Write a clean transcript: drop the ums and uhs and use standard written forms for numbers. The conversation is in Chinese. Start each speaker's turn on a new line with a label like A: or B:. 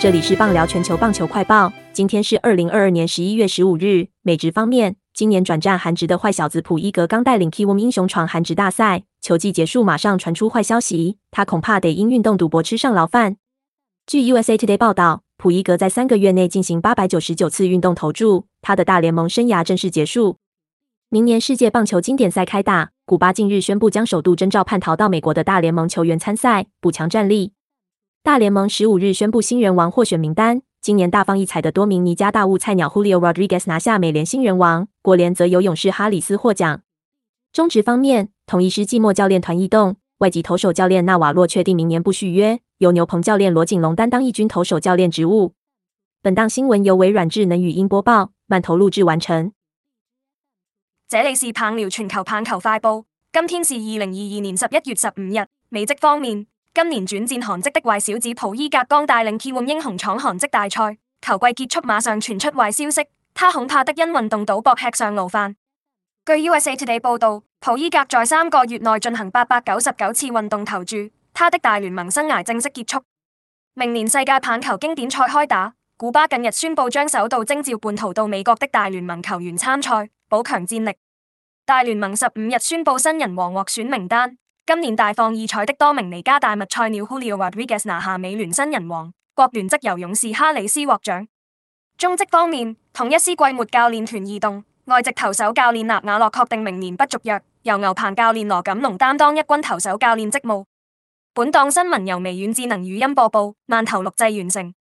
A: 这里是棒聊全球棒球快报，今天是2022年11月15日。美职方面，今年转战韩职的坏小子普伊格刚带领 Kiwoom 英雄闯韩职大赛，球季结束马上传出坏消息，他恐怕得因运动赌博吃上牢饭。据 USA Today 报道，普伊格在3个月内进行899次运动投注，他的大联盟生涯正式结束。明年世界棒球经典赛开打，古巴近日宣布将首度征召叛逃到美国的大联盟球员参赛，补强战力。大联盟15日宣布新人王获选名单，今年大放异彩的多名尼加大物菜鸟 Julio Rodriguez 拿下美联新人王，国联则由勇士哈里斯获奖。中职方面，统一狮季末教练团异动，外籍投手教练纳瓦洛确定明年不续约，由牛棚教练罗景龙担当一军投手教练职务。本档新闻由微软智能语音播报，慢投录制完成。
B: 這裡是棒聊全球棒球快報，今天是2022年11月15日。美職方面，今年轉戰韓職的壞小子普伊格剛帶領 Kiwoom 英雄闖韓職大賽，球季結束馬上傳出壞消息，他恐怕得因運動賭博吃上牢飯。據 USA Today 報道，普伊格在3個月內進行899次運動投注，他的大聯盟生涯正式結束。明年世界棒球經典賽開打，古巴近日宣布將首度徵召叛逃到美國的大聯盟球員參賽，補強戰力。大聯盟15日宣布新人王獲選名單，今年大放異彩的多名尼加大物菜鳥 Julio Rodriguez 拿下美聯新人王，國聯則由勇士哈里斯獲獎。中職方面，統一獅季末教練團異動，外籍投手教練納瓦洛確定明年不續約，由牛棚教練羅錦龍擔當一軍投手教練職務。本檔新聞由微軟智能語音播報，慢投錄製完成。